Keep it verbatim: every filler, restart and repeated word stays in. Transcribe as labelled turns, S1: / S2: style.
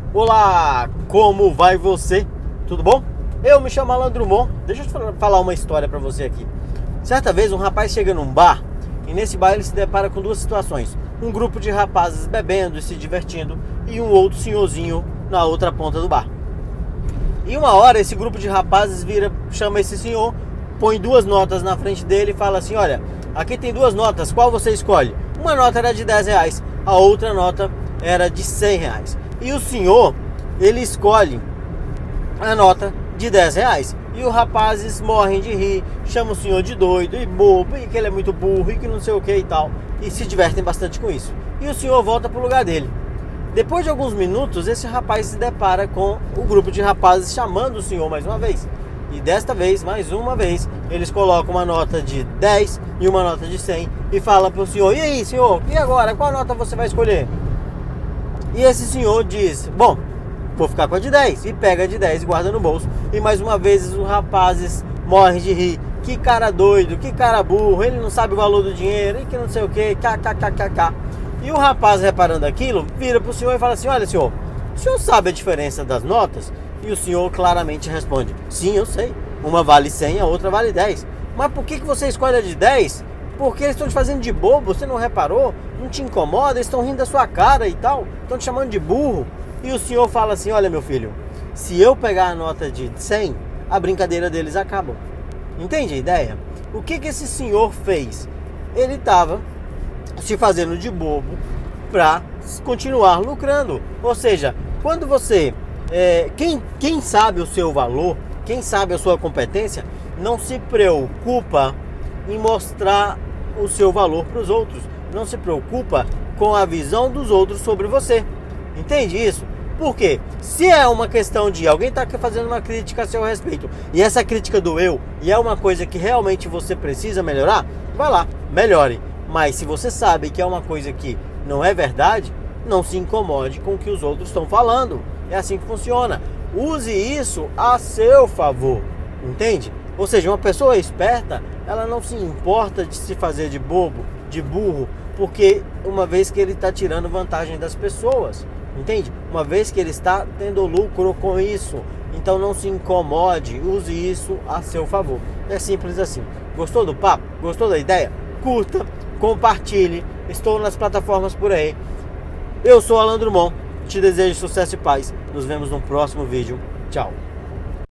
S1: Olá, como vai você? Tudo bom? Eu me chamo Alan Drummond. Deixa eu te falar uma história pra você aqui. Certa vez um rapaz chega num bar e nesse bar ele se depara com duas situações. Um grupo de rapazes bebendo e se divertindo e um outro senhorzinho na outra ponta do bar. E uma hora esse grupo de rapazes vira, chama esse senhor, põe duas notas na frente dele e fala assim: olha, aqui tem duas notas, qual você escolhe? Uma nota era de dez reais, a outra nota era de cem reais. E o senhor, ele escolhe a nota de dez reais. E os rapazes morrem de rir, chamam o senhor de doido e bobo, e que ele é muito burro e que não sei o que e tal. E se divertem bastante com isso. E o senhor volta pro lugar dele. Depois de alguns minutos, esse rapaz se depara com o grupo de rapazes chamando o senhor mais uma vez. E desta vez, mais uma vez, eles colocam uma nota de dez e uma nota de cem e fala pro senhor: e aí, senhor, e agora, qual nota você vai escolher? E esse senhor diz: bom, vou ficar com a de dez. E pega a de dez e guarda no bolso. E mais uma vez os rapazes morrem de rir. Que cara doido, que cara burro, ele não sabe o valor do dinheiro, e que não sei o que, kkkk. E o rapaz, reparando aquilo, vira pro senhor e fala assim: olha, senhor, o senhor sabe a diferença das notas? E o senhor claramente responde: sim, eu sei. Uma vale cem, a outra vale dez. Mas por que que você escolhe a de dez? Porque eles estão te fazendo de bobo, você não reparou? Não te incomoda? Eles estão rindo da sua cara e tal, estão te chamando de burro. E o senhor fala assim: olha, meu filho, se eu pegar a nota de cem, a brincadeira deles acaba. Entende a ideia? O que que esse senhor fez? Ele estava se fazendo de bobo para continuar lucrando. Ou seja, quando você... É, quem, quem sabe o seu valor, quem sabe a sua competência, não se preocupa em mostrar o seu valor para os outros. Não se preocupa com a visão dos outros sobre você. Entende isso? Por quê? Se é uma questão de alguém está fazendo uma crítica a seu respeito e essa crítica doeu e é uma coisa que realmente você precisa melhorar, vai lá, melhore. Mas se você sabe que é uma coisa que não é verdade, não se incomode com o que os outros estão falando. É assim que funciona. Use isso a seu favor. Entende? Ou seja, uma pessoa esperta, ela não se importa de se fazer de bobo, de burro, porque uma vez que ele está tirando vantagem das pessoas. Entende? Uma vez que ele está tendo lucro com isso. Então não se incomode, use isso a seu favor. É simples assim. Gostou do papo? Gostou da ideia? Curta, compartilhe. Estou nas plataformas por aí. Eu sou Alan Drummond. Te desejo sucesso e paz. Nos vemos no próximo vídeo. Tchau.